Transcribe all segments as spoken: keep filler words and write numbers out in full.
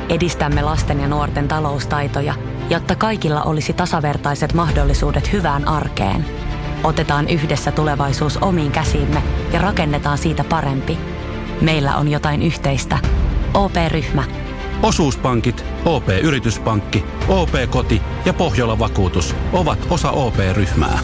Edistämme lasten ja nuorten taloustaitoja, jotta kaikilla olisi tasavertaiset mahdollisuudet hyvään arkeen. Otetaan yhdessä tulevaisuus omiin käsiimme ja rakennetaan siitä parempi. Meillä on jotain yhteistä. O P-ryhmä. Osuuspankit, O P-yrityspankki, O P-koti ja Pohjola-vakuutus ovat osa O P-ryhmää.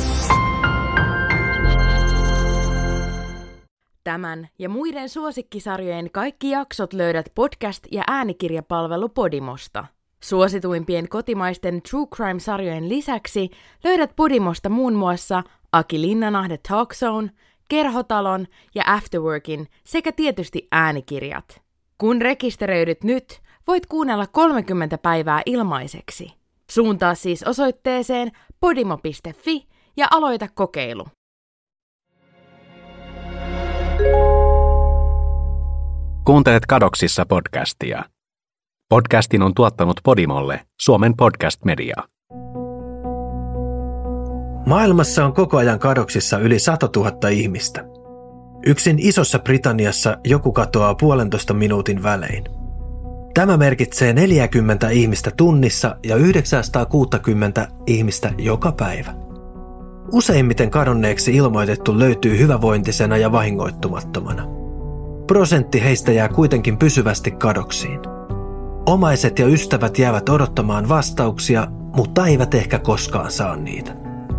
Tämän ja muiden suosikkisarjojen kaikki jaksot löydät podcast- ja äänikirjapalvelu Podimosta. Suosituimpien kotimaisten True Crime-sarjojen lisäksi löydät Podimosta muun muassa Aki Linnanahde Talk Zone, Kerhotalon ja Afterworkin sekä tietysti äänikirjat. Kun rekisteröidyt nyt, voit kuunnella kolmekymmentä päivää ilmaiseksi. Suuntaa siis osoitteeseen podimo piste fi ja aloita kokeilu. Kuuntelet Kadoksissa podcastia. Podcastin on tuottanut Podimolle Suomen podcast-media. Maailmassa on koko ajan kadoksissa yli sata tuhatta ihmistä. Yksin Isossa Britanniassa joku katoaa puolentoista minuutin välein. Tämä merkitsee neljäkymmentä ihmistä tunnissa ja yhdeksänsataakuusikymmentä ihmistä joka päivä. Useimmiten kadonneeksi ilmoitettu löytyy hyvävointisena ja vahingoittumattomana. Prosentti heistä jää kuitenkin pysyvästi kadoksiin. Omaiset ja ystävät jäävät odottamaan vastauksia, mutta eivät ehkä koskaan saa niitä.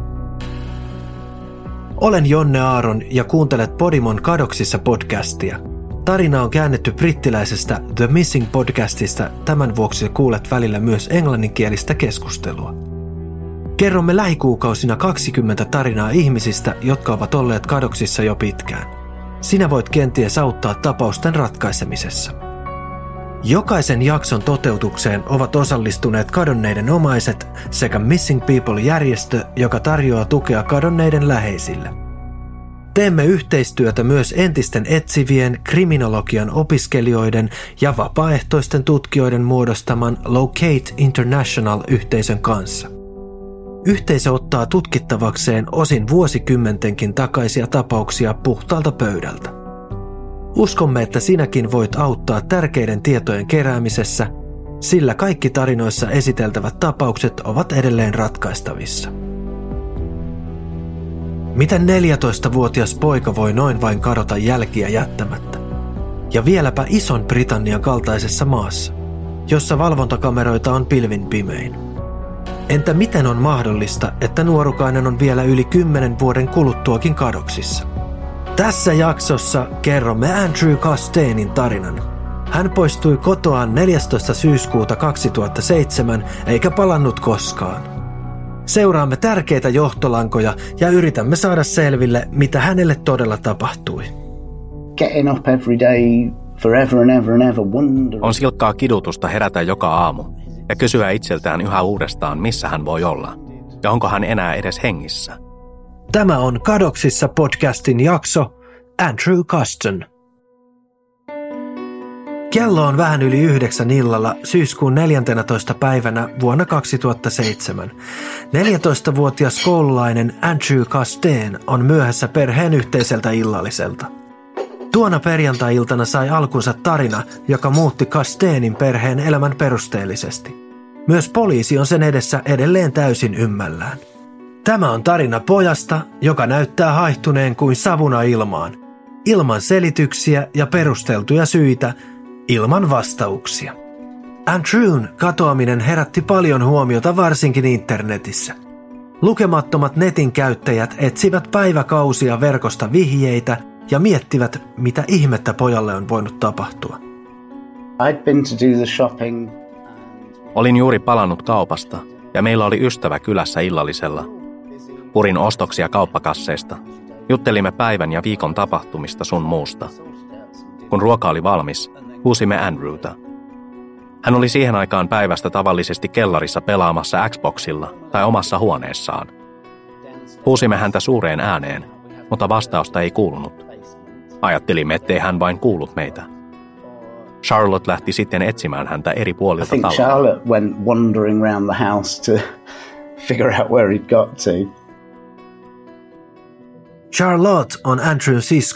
Olen Jonne Aaron ja kuuntelet Podimon Kadoksissa podcastia. Tarina on käännetty brittiläisestä The Missing podcastista, tämän vuoksi kuulet välillä myös englanninkielistä keskustelua. Kerromme lähikuukausina kaksikymmentä tarinaa ihmisistä, jotka ovat olleet kadoksissa jo pitkään. Sinä voit kenties auttaa tapausten ratkaisemisessa. Jokaisen jakson toteutukseen ovat osallistuneet kadonneiden omaiset sekä Missing People-järjestö, joka tarjoaa tukea kadonneiden läheisille. Teemme yhteistyötä myös entisten etsivien, kriminologian opiskelijoiden ja vapaaehtoisten tutkijoiden muodostaman Locate International-yhteisön kanssa. Yhteisö ottaa tutkittavakseen osin vuosikymmentenkin takaisia tapauksia puhtaalta pöydältä. Uskomme, että sinäkin voit auttaa tärkeiden tietojen keräämisessä, sillä kaikki tarinoissa esiteltävät tapaukset ovat edelleen ratkaistavissa. Miten neljätoistavuotias poika voi noin vain kadota jälkiä jättämättä? Ja vieläpä Ison Britannian kaltaisessa maassa, jossa valvontakameroita on pilvin pimein. Entä miten on mahdollista, että nuorukainen on vielä yli kymmenen vuoden kuluttuakin kadoksissa? Tässä jaksossa kerromme Andrew Castanin tarinan. Hän poistui kotoaan neljästoista syyskuuta kaksituhattaseitsemän eikä palannut koskaan. Seuraamme tärkeitä johtolankoja ja yritämme saada selville, mitä hänelle todella tapahtui. Getting up every day forever and ever and ever wonder. On silkkaa kidutusta herätä joka aamu ja kysyä itseltään yhä uudestaan, missä hän voi olla ja onko hän enää edes hengissä. Tämä on Kadoksissa podcastin jakso Andrew Castan. Kello on vähän yli yhdeksän illalla syyskuun neljäntenätoista päivänä vuonna kaksituhattaseitsemän. neljätoistavuotias koululainen Andrew Castan on myöhässä perheen yhteiseltä illalliselta. Tuona perjantai-iltana sai alkunsa tarina, joka muutti Castanin perheen elämän perusteellisesti. Myös poliisi on sen edessä edelleen täysin ymmällään. Tämä on tarina pojasta, joka näyttää haihtuneen kuin savuna ilmaan. Ilman selityksiä ja perusteltuja syitä, ilman vastauksia. Andrewn katoaminen herätti paljon huomiota varsinkin internetissä. Lukemattomat netin käyttäjät etsivät päiväkausia verkosta vihjeitä ja miettivät, mitä ihmettä pojalle on voinut tapahtua. I'd been to do the shopping. Olin juuri palannut kaupasta ja meillä oli ystävä kylässä illallisella. Purin ostoksia kauppakasseista. Juttelimme päivän ja viikon tapahtumista sun muusta. Kun ruoka oli valmis, huusimme Andrewta. Hän oli siihen aikaan päivästä tavallisesti kellarissa pelaamassa Xboxilla tai omassa huoneessaan. Huusimme häntä suureen ääneen, mutta vastausta ei kuulunut. Ajattelimme, ettei hän vain kuullut meitä. Charlotte lähti sitten etsimään häntä eri puolilta taloa. I think Charlotte went wandering around the house to figure out where he'd got to. Charlotte on Andrewn sisko.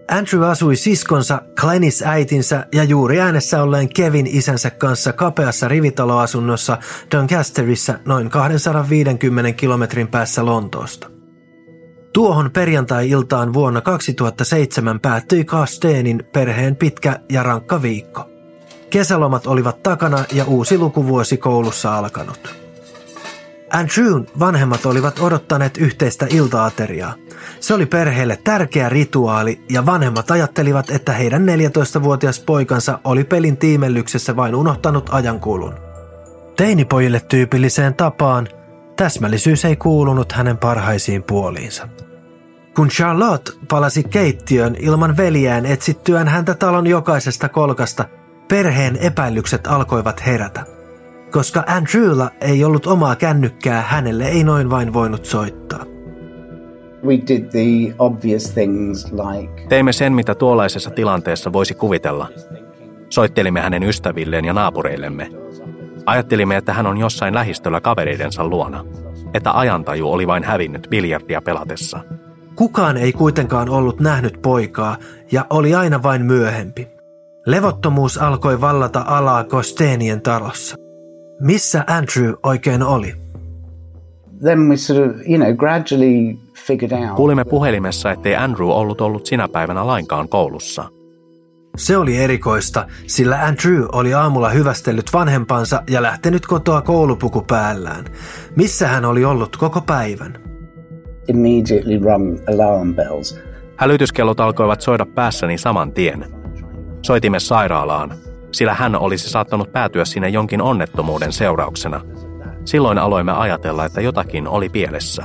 Andrew asui siskonsa, Glennis äitinsä ja juuri äänessä olleen Kevin isänsä kanssa kapeassa rivitaloasunnossa Doncasterissa noin kaksisataaviisikymmentä kilometrin päässä Lontoosta. Tuohon perjantai-iltaan vuonna kaksituhattaseitsemän päättyi Castanin perheen pitkä ja rankka viikko. Kesälomat olivat takana ja uusi lukuvuosi koulussa alkanut. Andrewn vanhemmat olivat odottaneet yhteistä ilta-ateriaa. Se oli perheelle tärkeä rituaali ja vanhemmat ajattelivat, että heidän neljätoistavuotias poikansa oli pelin tiimellyksessä vain unohtanut ajankulun. Teinipojille tyypilliseen tapaan täsmällisyys ei kuulunut hänen parhaisiin puoliinsa. Kun Charlotte palasi keittiöön ilman veljään etsittyään häntä talon jokaisesta kolkasta, perheen epäilykset alkoivat herätä. Koska Andrewlla ei ollut omaa kännykkää, hänelle ei noin vain voinut soittaa. We did the obvious things like... Teimme sen, mitä tuollaisessa tilanteessa voisi kuvitella. Soittelimme hänen ystävilleen ja naapureillemme. Ajattelimme, että hän on jossain lähistöllä kavereidensa luona. Että ajantaju oli vain hävinnyt biljardia pelatessa. Kukaan ei kuitenkaan ollut nähnyt poikaa ja oli aina vain myöhempi. Levottomuus alkoi vallata alaa Castanien talossa. Missä Andrew oikein oli? Then we sort of, you know, gradually figured out. Kuulimme puhelimessa, ettei Andrew ollut ollut sinä päivänä lainkaan koulussa. Se oli erikoista, sillä Andrew oli aamulla hyvästellyt vanhempansa ja lähtenyt kotoa koulupuku päällään. Missä hän oli ollut koko päivän? Immediately rung alarm bells. Hälytyskellot alkoivat soida päässäni saman tien. Soitimme sairaalaan, sillä hän olisi saattanut päätyä sinne jonkin onnettomuuden seurauksena. Silloin aloimme ajatella, että jotakin oli pielessä.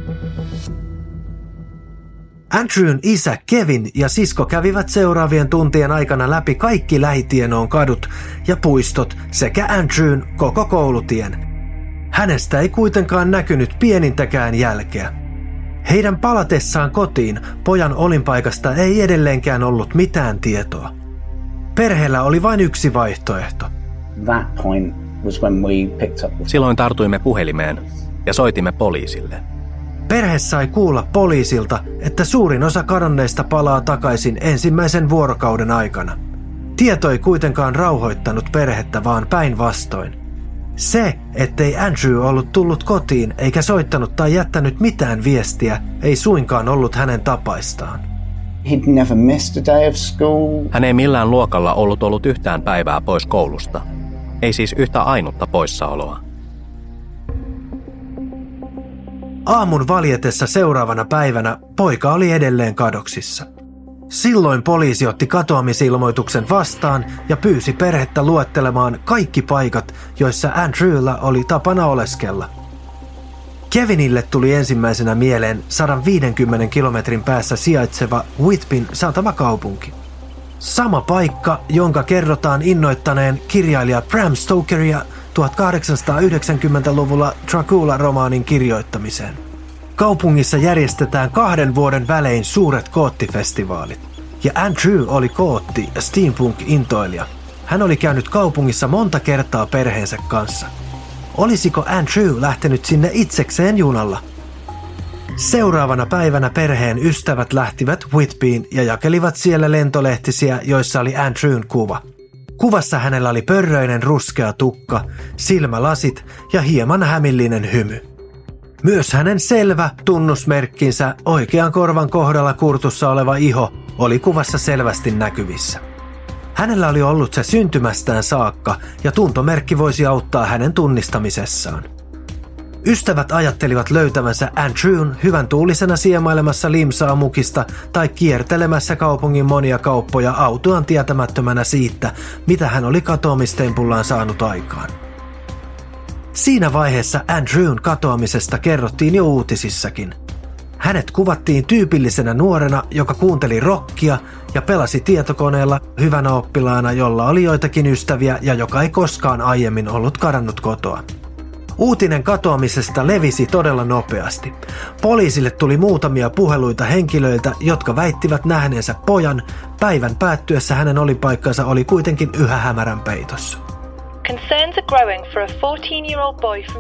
Andrewn isä Kevin ja sisko kävivät seuraavien tuntien aikana läpi kaikki lähitienoon kadut ja puistot sekä Andrewn koko koulutien. Hänestä ei kuitenkaan näkynyt pienintäkään jälkeä. Heidän palatessaan kotiin pojan olinpaikasta ei edelleenkään ollut mitään tietoa. Perheellä oli vain yksi vaihtoehto. That point was when we picked up... Silloin tartuimme puhelimeen ja soitimme poliisille. Perhe sai kuulla poliisilta, että suurin osa kadonneista palaa takaisin ensimmäisen vuorokauden aikana. Tieto ei kuitenkaan rauhoittanut perhettä, vaan päinvastoin. Se, ettei Andrew ollut tullut kotiin eikä soittanut tai jättänyt mitään viestiä, ei suinkaan ollut hänen tapaistaan. He'd never missed a day of school. Hän ei millään luokalla ollut ollut yhtään päivää pois koulusta. Ei siis yhtä ainutta poissaoloa. Aamun valjetessa seuraavana päivänä poika oli edelleen kadoksissa. Silloin poliisi otti katoamisilmoituksen vastaan ja pyysi perhettä luettelemaan kaikki paikat, joissa Andrewlla oli tapana oleskella. Kevinille tuli ensimmäisenä mieleen sata viisikymmentä kilometrin päässä sijaitseva Whitbyn satamakaupunki. Sama paikka, jonka kerrotaan innoittaneen kirjailija Bram Stokeria tuhatkahdeksansataayhdeksänkymmentäluvulla Dracula-romaanin kirjoittamiseen. Kaupungissa järjestetään kahden vuoden välein suuret koottifestivaalit. Ja Andrew oli kootti ja steampunk-intoilija. Hän oli käynyt kaupungissa monta kertaa perheensä kanssa. Olisiko Andrew lähtenyt sinne itsekseen junalla? Seuraavana päivänä perheen ystävät lähtivät Whitbyin ja jakelivat siellä lentolehtisiä, joissa oli Andrewn kuva. Kuvassa hänellä oli pörröinen ruskea tukka, silmälasit ja hieman hämillinen hymy. Myös hänen selvä tunnusmerkkinsä, oikean korvan kohdalla kurtussa oleva iho, oli kuvassa selvästi näkyvissä. Hänellä oli ollut se syntymästään saakka ja tuntomerkki voisi auttaa hänen tunnistamisessaan. Ystävät ajattelivat löytävänsä Andrewn hyvän tuulisena siemailemassa limsaa mukista tai kiertelemässä kaupungin monia kauppoja autoaan tietämättömänä siitä, mitä hän oli katoamistempullaan saanut aikaan. Siinä vaiheessa Andrewn katoamisesta kerrottiin jo uutisissakin. Hänet kuvattiin tyypillisenä nuorena, joka kuunteli rockia ja pelasi tietokoneella hyvänä oppilaana, jolla oli joitakin ystäviä ja joka ei koskaan aiemmin ollut kadonnut kotoa. Uutinen katoamisesta levisi todella nopeasti. Poliisille tuli muutamia puheluita henkilöiltä, jotka väittivät nähneensä pojan. Päivän päättyessä hänen olipaikkansa oli kuitenkin yhä hämärän peitossa.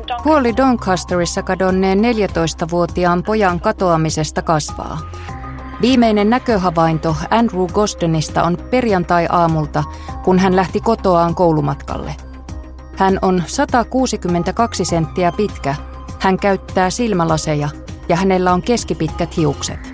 Huoli Doncasterissa kadonneen neljätoistavuotiaan pojan katoamisesta kasvaa. Viimeinen näköhavainto Andrew Gosdenista on perjantai-aamulta, kun hän lähti kotoaan koulumatkalle. Hän on sata kuusikymmentäkaksi senttiä pitkä, hän käyttää silmälaseja ja hänellä on keskipitkät hiukset.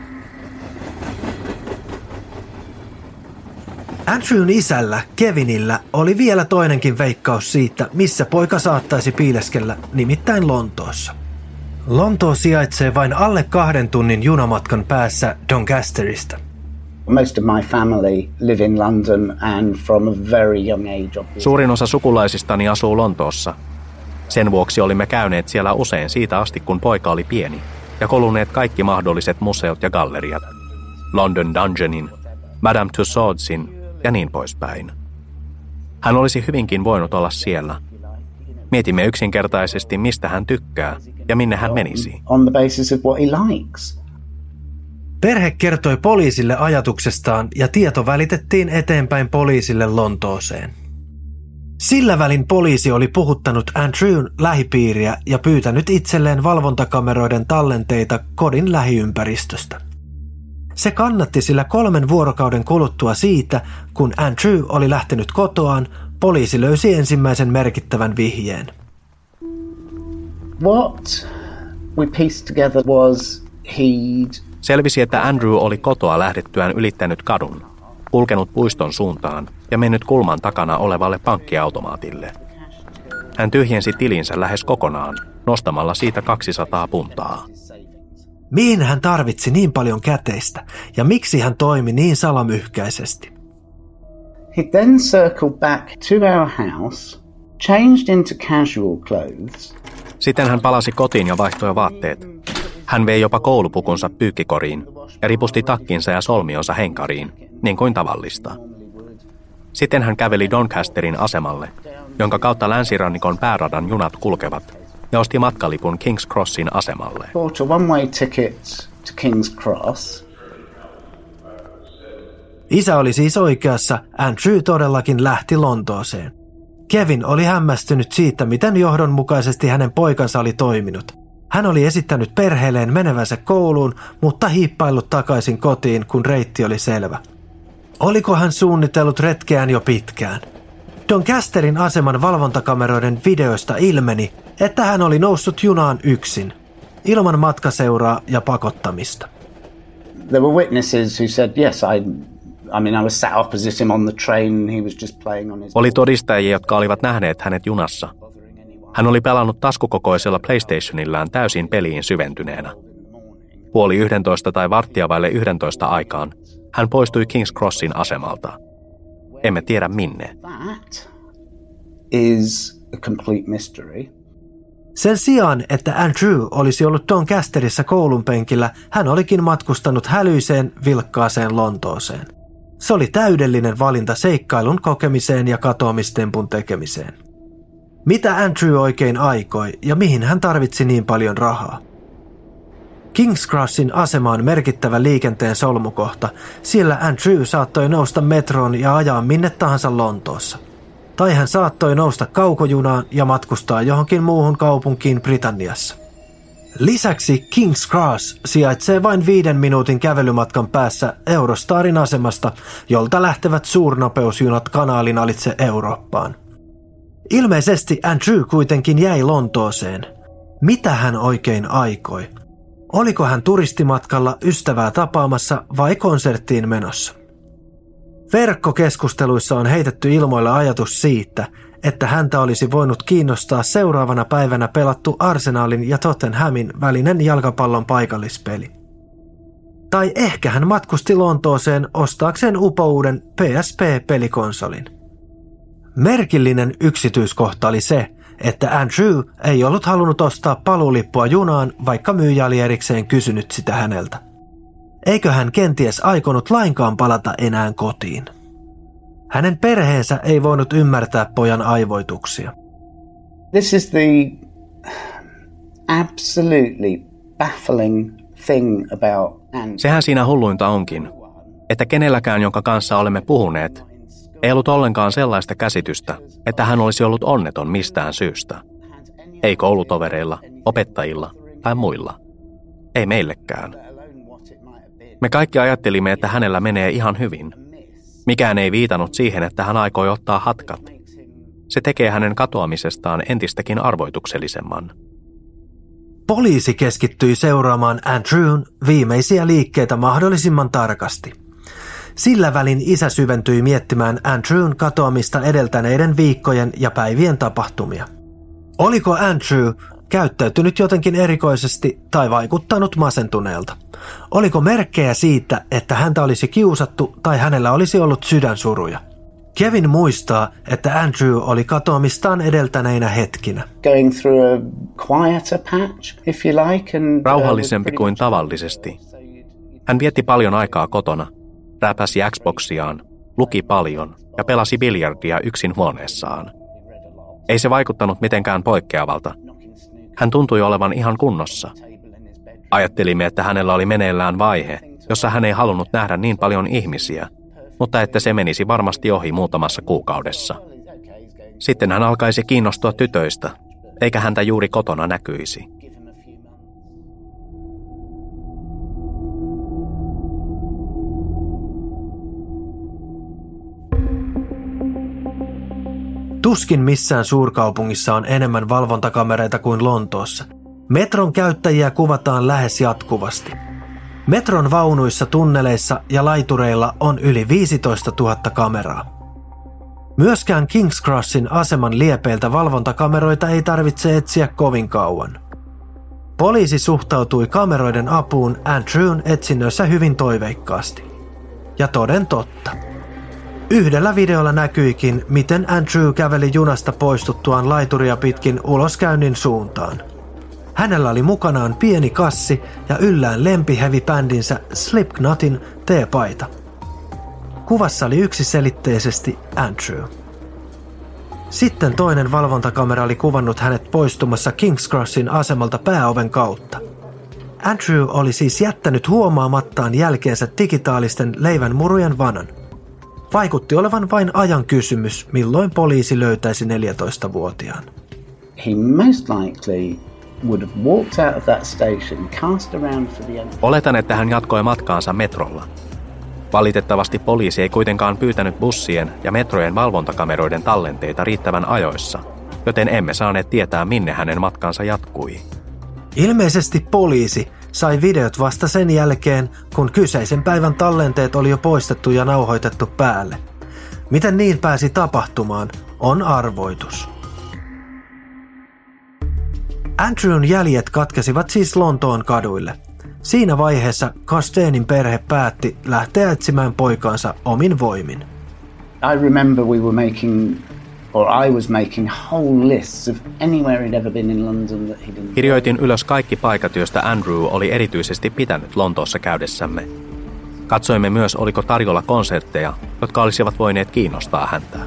Andrewn isällä, Kevinillä, oli vielä toinenkin veikkaus siitä, missä poika saattaisi piileskellä, nimittäin Lontoossa. Lontoo sijaitsee vain alle kahden tunnin junamatkan päässä Doncasterista. Most of my family live in London and from a very young age. Suurin osa sukulaisistani asuu Lontoossa. Sen vuoksi olimme käyneet siellä usein siitä asti, kun poika oli pieni, ja koluneet kaikki mahdolliset museot ja galleriat. London Dungeonin, Madame Tussauds'in ja niin poispäin. Hän olisi hyvinkin voinut olla siellä. Mietimme yksinkertaisesti, mistä hän tykkää ja minne hän menisi. On the basis of what he likes. Perhe kertoi poliisille ajatuksestaan ja tieto välitettiin eteenpäin poliisille Lontooseen. Sillä välin poliisi oli puhuttanut Andrewn lähipiiriä ja pyytänyt itselleen valvontakameroiden tallenteita kodin lähiympäristöstä. Se kannatti, sillä kolmen vuorokauden kuluttua siitä, kun Andrew oli lähtenyt kotoaan, poliisi löysi ensimmäisen merkittävän vihjeen. What we pieced together was he'd... Selvisi, että Andrew oli kotoa lähdettyään ylittänyt kadun, kulkenut puiston suuntaan ja mennyt kulman takana olevalle pankkiautomaatille. Hän tyhjensi tilinsä lähes kokonaan, nostamalla siitä kaksisataa puntaa. Mihin hän tarvitsi niin paljon käteistä ja miksi hän toimi niin salamyhkäisesti? He then circled back to our house, changed into casual clothes. Sitten hän palasi kotiin ja vaihtoi vaatteet. Hän vei jopa koulupukunsa pyykkikoriin ja ripusti takkinsa ja solmionsa henkariin, niin kuin tavallista. Sitten hän käveli Doncasterin asemalle, jonka kautta länsirannikon pääradan junat kulkevat, ja osti matkalipun King's Crossin asemalle. Bought a one-way ticket to King's Cross. Isä oli siis oikeassa, Andrew todellakin lähti Lontooseen. Kevin oli hämmästynyt siitä, miten johdonmukaisesti hänen poikansa oli toiminut. Hän oli esittänyt perheelleen menevänsä kouluun, mutta hiippaillut takaisin kotiin, kun reitti oli selvä. Oliko hän suunnitellut retkeään jo pitkään? Doncasterin aseman valvontakameroiden videoista ilmeni, että hän oli noussut junaan yksin, ilman matkaseuraa ja pakottamista. There were witnesses who said, yes, I, I mean, I was sat opposite him on the train, he was just playing on his... Oli todistajia, jotka olivat nähneet hänet junassa. Hän oli pelannut taskukokoisella PlayStationillään täysin peliin syventyneenä. Puoli yhdentoista tai varttia vaille yhdentoista aikaan hän poistui King's Crossin asemalta. Emme tiedä minne. That is a complete mystery. Sen sijaan, että Andrew olisi ollut Doncasterissa koulun penkillä, hän olikin matkustanut hälyiseen, vilkkaaseen Lontooseen. Se oli täydellinen valinta seikkailun kokemiseen ja katoamistempun tekemiseen. Mitä Andrew oikein aikoi ja mihin hän tarvitsi niin paljon rahaa? King's Crossin asema on merkittävä liikenteen solmukohta, sillä Andrew saattoi nousta metroon ja ajaa minne tahansa Lontoossa. Tai hän saattoi nousta kaukojunaan ja matkustaa johonkin muuhun kaupunkiin Britanniassa. Lisäksi King's Cross sijaitsee vain viiden minuutin kävelymatkan päässä Eurostarin asemasta, jolta lähtevät suurnopeusjunat kanaalin alitse Eurooppaan. Ilmeisesti Andrew kuitenkin jäi Lontooseen. Mitä hän oikein aikoi? Oliko hän turistimatkalla ystävää tapaamassa vai konserttiin menossa? Verkkokeskusteluissa on heitetty ilmoille ajatus siitä, että häntä olisi voinut kiinnostaa seuraavana päivänä pelattu Arsenalin ja Tottenhamin välinen jalkapallon paikallispeli. Tai ehkä hän matkusti Lontooseen ostaakseen upouuden P S P-pelikonsolin. Merkillinen yksityiskohta oli se, että Andrew ei ollut halunnut ostaa paluulippua junaan, vaikka myyjä oli erikseen kysynyt sitä häneltä. Eikö hän kenties aikonut lainkaan palata enää kotiin? Hänen perheensä ei voinut ymmärtää pojan aivoituksia. This is the absolutely baffling thing about Andrew. Sehän siinä hulluinta onkin, että kenelläkään, jonka kanssa olemme puhuneet, ei ollut ollenkaan sellaista käsitystä, että hän olisi ollut onneton mistään syystä. Ei koulutovereilla, opettajilla tai muilla. Ei meillekään. Me kaikki ajattelimme, että hänellä menee ihan hyvin. Mikään ei viitannut siihen, että hän aikoi ottaa hatkat. Se tekee hänen katoamisestaan entistäkin arvoituksellisemman. Poliisi keskittyi seuraamaan Andrewn viimeisiä liikkeitä mahdollisimman tarkasti. Sillä välin isä syventyi miettimään Andrewn katoamista edeltäneiden viikkojen ja päivien tapahtumia. Oliko Andrew käyttäytynyt jotenkin erikoisesti tai vaikuttanut masentuneelta? Oliko merkkejä siitä, että häntä olisi kiusattu tai hänellä olisi ollut sydänsuruja? Kevin muistaa, että Andrew oli katoamistaan edeltäneinä hetkinä. Going through a quieter patch, if you like, and rauhallisempi kuin tavallisesti. Hän vietti paljon aikaa kotona, rääpäsi Xboxiaan, luki paljon ja pelasi biljardia yksin huoneessaan. Ei se vaikuttanut mitenkään poikkeavalta. Hän tuntui olevan ihan kunnossa. Ajattelimme, että hänellä oli meneillään vaihe, jossa hän ei halunnut nähdä niin paljon ihmisiä, mutta että se menisi varmasti ohi muutamassa kuukaudessa. Sitten hän alkaisi kiinnostua tytöistä, eikä häntä juuri kotona näkyisi. Tuskin missään suurkaupungissa on enemmän valvontakamereita kuin Lontoossa. Metron käyttäjiä kuvataan lähes jatkuvasti. Metron vaunuissa, tunneleissa ja laitureilla on yli viisitoista tuhatta kameraa. Myöskään King's Crossin aseman liepeiltä valvontakameroita ei tarvitse etsiä kovin kauan. Poliisi suhtautui kameroiden apuun Andrewn etsinnöissä hyvin toiveikkaasti. Ja toden totta. Yhdellä videolla näkyikin, miten Andrew käveli junasta poistuttuaan laituria pitkin uloskäynnin suuntaan. Hänellä oli mukanaan pieni kassi ja yllään lempiheavy-bändinsä Slipknotin teepaita. Kuvassa oli yksiselitteisesti Andrew. Sitten toinen valvontakamera oli kuvannut hänet poistumassa King's Crossin asemalta pääoven kautta. Andrew oli siis jättänyt huomaamattaan jälkeensä digitaalisten leivänmurujen vanan. Vaikutti olevan vain ajan kysymys, milloin poliisi löytäisi neljätoistavuotiaan. He most likely would have walked out of that station, cast around for the... Oletan, että hän jatkoi matkaansa metrolla. Valitettavasti poliisi ei kuitenkaan pyytänyt bussien ja metrojen valvontakameroiden tallenteita riittävän ajoissa, joten emme saaneet tietää, minne hänen matkansa jatkui. Ilmeisesti poliisi sai videot vasta sen jälkeen, kun kyseisen päivän tallenteet oli jo poistettu ja nauhoitettu päälle. Miten niin pääsi tapahtumaan, on arvoitus. Andrewn jäljet katkesivat siis Lontoon kaduille. Siinä vaiheessa Costainin perhe päätti lähteä etsimään poikaansa omin voimin. I remember we were making, or I was making whole lists of anywhere he'd ever been in London that he didn't... Kirjoitin ylös kaikki paikat, joista Andrew oli erityisesti pitänyt Lontoossa käydessämme. Katsoimme myös, oliko tarjolla konsertteja, jotka olisivat voineet kiinnostaa häntä.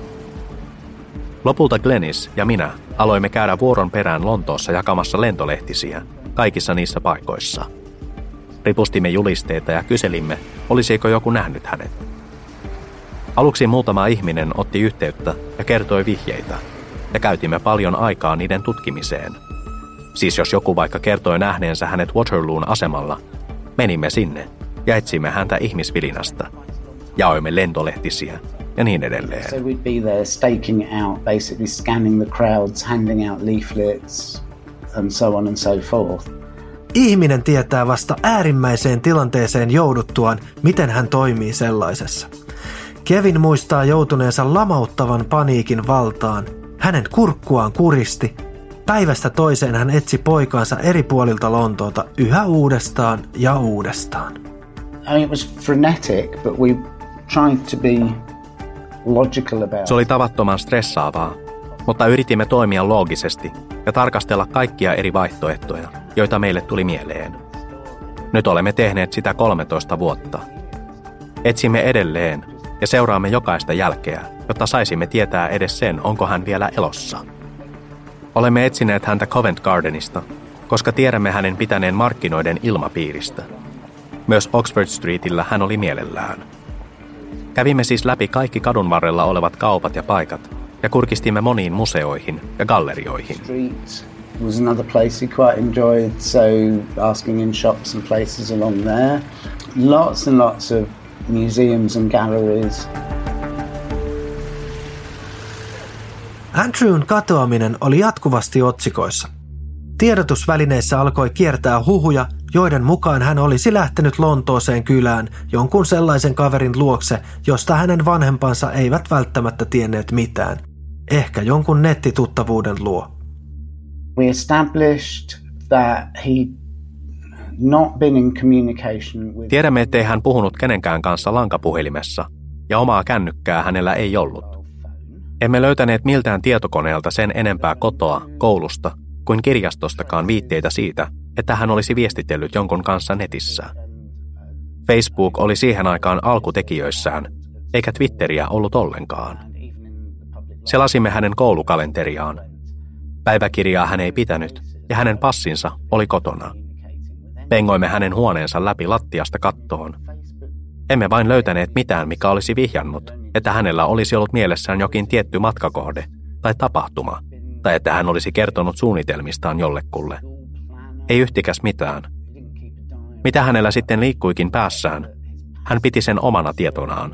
Lopulta Glennis ja minä aloimme käydä vuoron perään Lontoossa jakamassa lentolehtisiä kaikissa niissä paikoissa. Ripustimme julisteita ja kyselimme, olisiko joku nähnyt hänet. Aluksi muutama ihminen otti yhteyttä ja kertoi vihjeitä, ja käytimme paljon aikaa niiden tutkimiseen. Siis jos joku vaikka kertoi nähneensä hänet Waterloon asemalla, menimme sinne ja etsimme häntä ihmisvilinasta. Jaoimme lentolehtisiä ja niin edelleen. So we'd be there staking out, basically scanning the crowds, handing out leaflets and so on and so forth. Ihminen tietää vasta äärimmäiseen tilanteeseen jouduttuaan, miten hän toimii sellaisessa. Kevin muistaa joutuneensa lamauttavan paniikin valtaan. Hänen kurkkuaan kuristi. Päivästä toiseen hän etsi poikaansa eri puolilta Lontoota yhä uudestaan ja uudestaan. I mean, it was frenetic, but we tried to be logical about it. Se oli tavattoman stressaavaa, mutta yritimme toimia loogisesti ja tarkastella kaikkia eri vaihtoehtoja, joita meille tuli mieleen. Nyt olemme tehneet sitä kolmetoista vuotta. Etsimme edelleen ja seuraamme jokaista jälkeä, jotta saisimme tietää edes sen, onko hän vielä elossa. Olemme etsineet häntä Covent Gardenista, koska tiedämme hänen pitäneen markkinoiden ilmapiiristä. Myös Oxford Streetillä hän oli mielellään. Kävimme siis läpi kaikki kadun varrella olevat kaupat ja paikat ja kurkistimme moniin museoihin ja gallerioihin. Street was another place he quite enjoyed, so asking in shops and places along there. lots and lots of museums and galleries. Andrewn katoaminen oli jatkuvasti otsikoissa. Tiedotusvälineissä alkoi kiertää huhuja, joiden mukaan hän olisi lähtenyt Lontooseen kylään jonkun sellaisen kaverin luokse, josta hänen vanhempansa eivät välttämättä tienneet mitään. Ehkä jonkun nettituttavuuden luo. We established that he'd not been in communication with... Tiedämme, ettei hän puhunut kenenkään kanssa lankapuhelimessa, ja omaa kännykkää hänellä ei ollut. Emme löytäneet miltään tietokoneelta sen enempää kotoa, koulusta, kuin kirjastostakaan viitteitä siitä, että hän olisi viestitellyt jonkun kanssa netissä. Facebook oli siihen aikaan alkutekijöissään, eikä Twitteriä ollut ollenkaan. Selasimme hänen koulukalenteriaan. Päiväkirjaa hän ei pitänyt, ja hänen passinsa oli kotona. Pengoimme hänen huoneensa läpi lattiasta kattoon. Emme vain löytäneet mitään, mikä olisi vihjannut, että hänellä olisi ollut mielessään jokin tietty matkakohde tai tapahtuma, tai että hän olisi kertonut suunnitelmistaan jollekulle. Ei yhtikäs mitään. Mitä hänellä sitten liikkuikin päässään, hän piti sen omana tietonaan.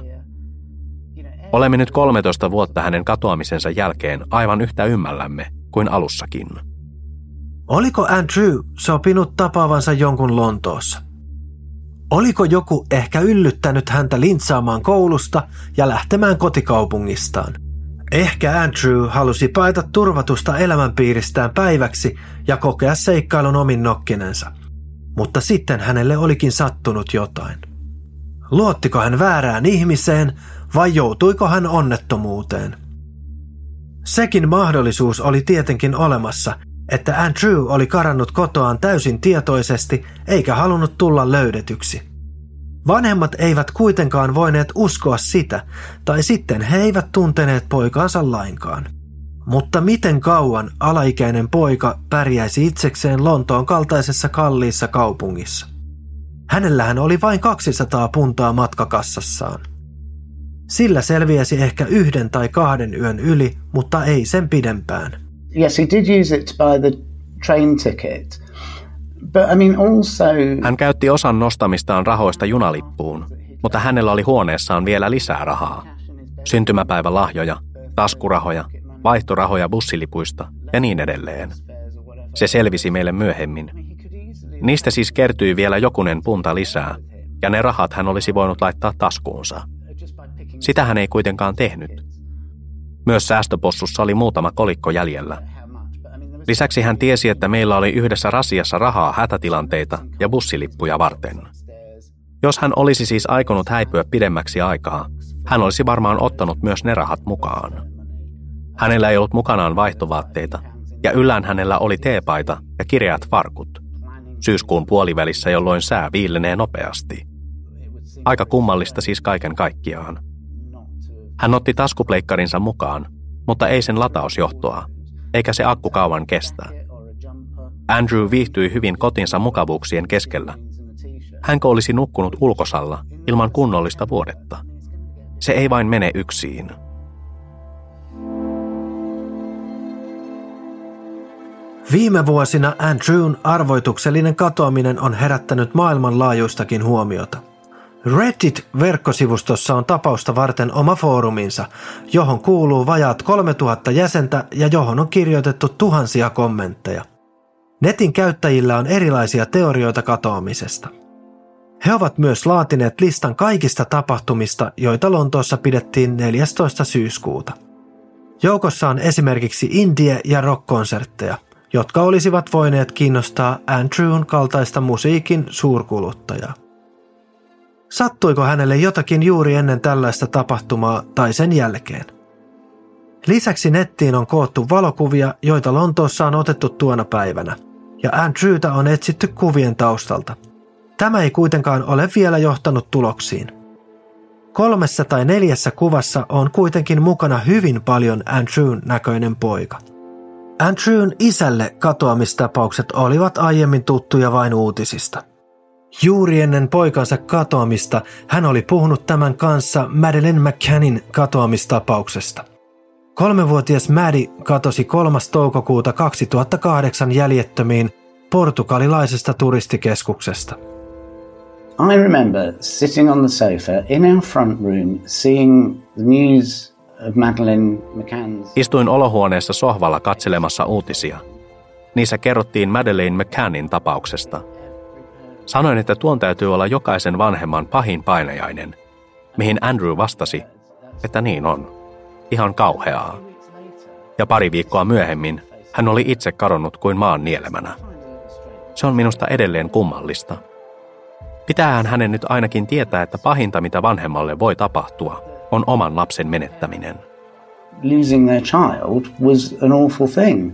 Olemme nyt kolmetoista vuotta hänen katoamisensa jälkeen aivan yhtä ymmällämme kuin alussakin. Oliko Andrew sopinut tapaavansa jonkun Lontoossa? Oliko joku ehkä yllyttänyt häntä lintsaamaan koulusta ja lähtemään kotikaupungistaan? Ehkä Andrew halusi paeta turvatusta elämänpiiristään päiväksi ja kokea seikkailun omin nokkinensa. Mutta sitten hänelle olikin sattunut jotain. Luottiko hän väärään ihmiseen vai joutuiko hän onnettomuuteen? Sekin mahdollisuus oli tietenkin olemassa, että Andrew oli karannut kotoaan täysin tietoisesti eikä halunnut tulla löydetyksi. Vanhemmat eivät kuitenkaan voineet uskoa sitä, tai sitten he eivät tunteneet poikaansa lainkaan. Mutta miten kauan alaikäinen poika pärjäisi itsekseen Lontoon kaltaisessa kalliissa kaupungissa? Hänellähän oli vain kaksisataa puntaa matkakassassaan. Sillä selviäisi ehkä yhden tai kahden yön yli, mutta ei sen pidempään. Yes, he did use it to buy the train ticket. But I mean also... Hän käytti osan nostamistaan rahoista junalippuun, mutta hänellä oli huoneessaan vielä lisää rahaa. Syntymäpäivälahjoja, taskurahoja, vaihtorahoja bussilipuista ja niin edelleen. Se selvisi meille myöhemmin. Niistä siis kertyi vielä jokunen punta lisää, ja ne rahat hän olisi voinut laittaa taskuunsa. Sitä hän ei kuitenkaan tehnyt. Myös säästöpossussa oli muutama kolikko jäljellä. Lisäksi hän tiesi, että meillä oli yhdessä rasiassa rahaa hätätilanteita ja bussilippuja varten. Jos hän olisi siis aikonut häipyä pidemmäksi aikaa, hän olisi varmaan ottanut myös ne rahat mukaan. Hänellä ei ollut mukanaan vaihtovaatteita, ja yllään hänellä oli teepaita ja kireät farkut. Syyskuun puolivälissä, jolloin sää viilenee nopeasti. Aika kummallista siis kaiken kaikkiaan. Hän otti taskupleikkarinsa mukaan, mutta ei sen latausjohtoa, eikä se akku kauan kestä. Andrew viihtyi hyvin kotinsa mukavuuksien keskellä. Hänkö olisi nukkunut ulkosalla ilman kunnollista vuodetta? Se ei vain mene yksin. Viime vuosina Andrewn arvoituksellinen katoaminen on herättänyt maailmanlaajuistakin huomiota. Reddit-verkkosivustossa on tapausta varten oma fooruminsa, johon kuuluu vajaat kolmetuhatta jäsentä ja johon on kirjoitettu tuhansia kommentteja. Netin käyttäjillä on erilaisia teorioita katoamisesta. He ovat myös laatineet listan kaikista tapahtumista, joita Lontoossa pidettiin neljästoista syyskuuta. Joukossa on esimerkiksi indie- ja rock-konsertteja, jotka olisivat voineet kiinnostaa Andrewn kaltaista musiikin suurkuluttajaa. Sattuiko hänelle jotakin juuri ennen tällaista tapahtumaa tai sen jälkeen? Lisäksi nettiin on koottu valokuvia, joita Lontoossa on otettu tuona päivänä, ja Andrewta on etsitty kuvien taustalta. Tämä ei kuitenkaan ole vielä johtanut tuloksiin. Kolmessa tai neljässä kuvassa on kuitenkin mukana hyvin paljon Andrewn näköinen poika. Andrewn isälle katoamistapaukset olivat aiemmin tuttuja vain uutisista. Juuri ennen poikansa katoamista hän oli puhunut tämän kanssa Madeleine McCannin katoamistapauksesta. Kolmevuotias Maddie katosi kolmas toukokuuta kaksituhattakahdeksan jäljettömiin portugalilaisesta turistikeskuksesta. I remember sitting on the sofa in our front room seeing the news of Madeleine McCann's... Istuin olohuoneessa sohvalla katselemassa uutisia. Niissä kerrottiin Madeleine McCannin tapauksesta. Sanoin, että tuon täytyy olla jokaisen vanhemman pahin painajainen, mihin Andrew vastasi, että niin on. Ihan kauheaa. Ja pari viikkoa myöhemmin hän oli itse kadonnut kuin maan nielemänä. Se on minusta edelleen kummallista. Pitäähän hänen nyt ainakin tietää, että pahinta mitä vanhemmalle voi tapahtua on oman lapsen menettäminen. Losing their child was an awful thing.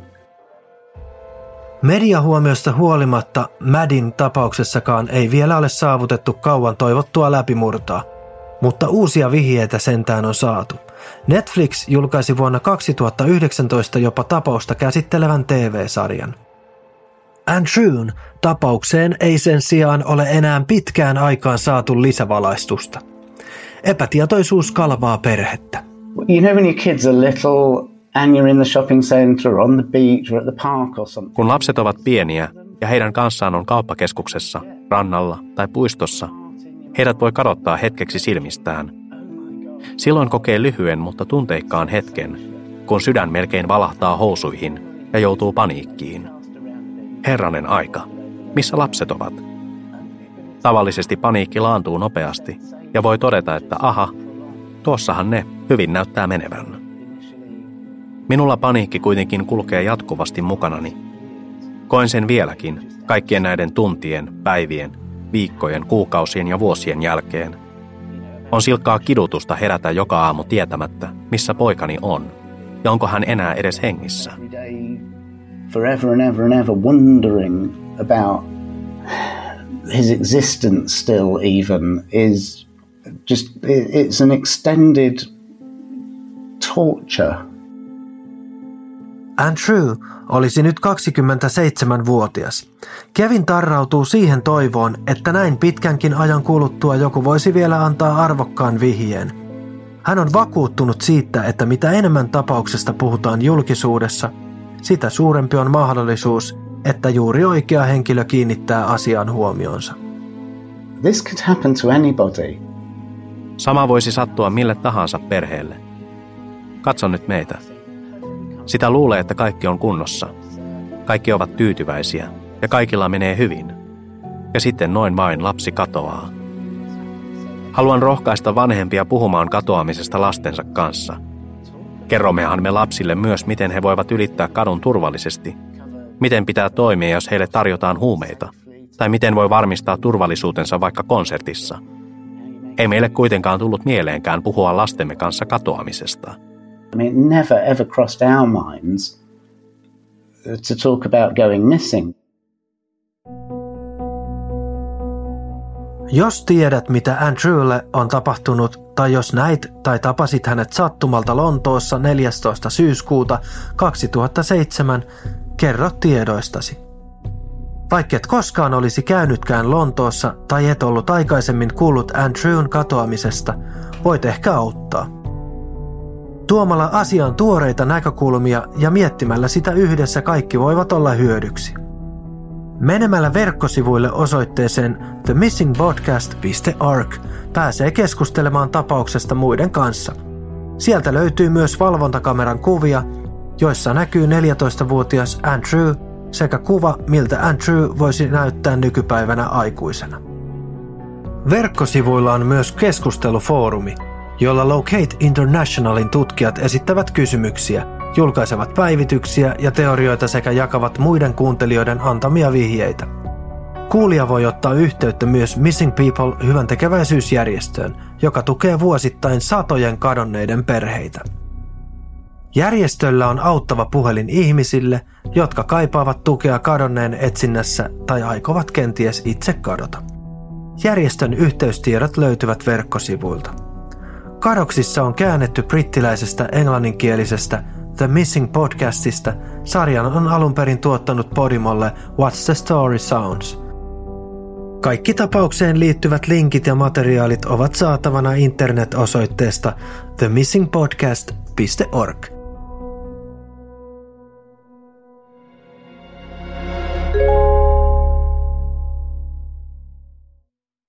Mediahuomiosta huolimatta Maddyn tapauksessakaan ei vielä ole saavutettu kauan toivottua läpimurtoa, mutta uusia vihjeitä sentään on saatu. Netflix julkaisi vuonna kaksituhattayhdeksäntoista jopa tapausta käsittelevän T V-sarjan. Andrewn tapaukseen ei sen sijaan ole enää pitkään aikaan saatu lisävalaistusta. Epätietoisuus kalvaa perhettä. You know when your kids are little and you're in the shopping centre or on the beach or at the park or something. Kun lapset ovat pieniä ja heidän kanssaan on kauppakeskuksessa, rannalla tai puistossa, heidät voi kadottaa hetkeksi silmistään. Silloin kokee lyhyen, mutta tunteikkaan hetken, kun sydän melkein valahtaa housuihin ja joutuu paniikkiin. Herranen aika, missä lapset ovat? Tavallisesti paniikki laantuu nopeasti ja voi todeta, että aha, tuossahan ne hyvin näyttää menevän. Minulla paniikki kuitenkin kulkee jatkuvasti mukanani. Koen sen vieläkin kaikkien näiden tuntien, päivien, viikkojen, kuukausien ja vuosien jälkeen. On silkkaa kidutusta herätä joka aamu tietämättä, missä poikani on ja onko hän enää edes hengissä. Forever and ever and ever wondering about his existence still even is just, it's an extended torture. Andrew olisi nyt kaksikymmentäseitsemänvuotias. Kevin tarrautuu siihen toivoon, että näin pitkänkin ajan kuluttua joku voisi vielä antaa arvokkaan vihjeen. Hän on vakuuttunut siitä, että mitä enemmän tapauksesta puhutaan julkisuudessa, sitä suurempi on mahdollisuus, että juuri oikea henkilö kiinnittää asiaan huomionsa. This could happen to anybody. Sama voisi sattua mille tahansa perheelle. Katso nyt meitä. Sitä luulee, että kaikki on kunnossa. Kaikki ovat tyytyväisiä ja kaikilla menee hyvin. Ja sitten noin vain lapsi katoaa. Haluan rohkaista vanhempia puhumaan katoamisesta lastensa kanssa. Kerrommehan me lapsille myös, miten he voivat ylittää kadun turvallisesti. Miten pitää toimia, jos heille tarjotaan huumeita. Tai miten voi varmistaa turvallisuutensa vaikka konsertissa. Ei meille kuitenkaan tullut mieleenkään puhua lastemme kanssa katoamisesta. I mean, it never ever crossed our minds to talk about going missing. Jos tiedät, mitä Andrewlle on tapahtunut, tai jos näit tai tapasit hänet sattumalta Lontoossa neljästoista syyskuuta kaksituhattaseitsemän, kerro tiedoistasi. Vaikka et koskaan olisi käynytkään Lontoossa tai et ollut aikaisemmin kuullut Andrewn katoamisesta, voit ehkä auttaa. Tuomalla asiaan tuoreita näkökulmia ja miettimällä sitä yhdessä kaikki voivat olla hyödyksi. Menemällä verkkosivuille osoitteeseen the missing podcast piste org pääsee keskustelemaan tapauksesta muiden kanssa. Sieltä löytyy myös valvontakameran kuvia, joissa näkyy neljätoistavuotias Andrew sekä kuva, miltä Andrew voisi näyttää nykypäivänä aikuisena. Verkkosivuilla on myös keskustelufoorumi, jolla Locate Internationalin tutkijat esittävät kysymyksiä, julkaisevat päivityksiä ja teorioita sekä jakavat muiden kuuntelijoiden antamia vihjeitä. Kuulija voi ottaa yhteyttä myös Missing People hyväntekeväisyysjärjestöön, joka tukee vuosittain satojen kadonneiden perheitä. Järjestöllä on auttava puhelin ihmisille, jotka kaipaavat tukea kadonneen etsinnässä tai aikovat kenties itse kadota. Järjestön yhteystiedot löytyvät verkkosivuilta. Kadoksissa on käännetty brittiläisestä englanninkielisestä The Missing Podcastista. Sarjan on alun perin tuottanut Podimolle What's the Story Sounds. Kaikki tapaukseen liittyvät linkit ja materiaalit ovat saatavana internet-osoitteesta the missing podcast piste org.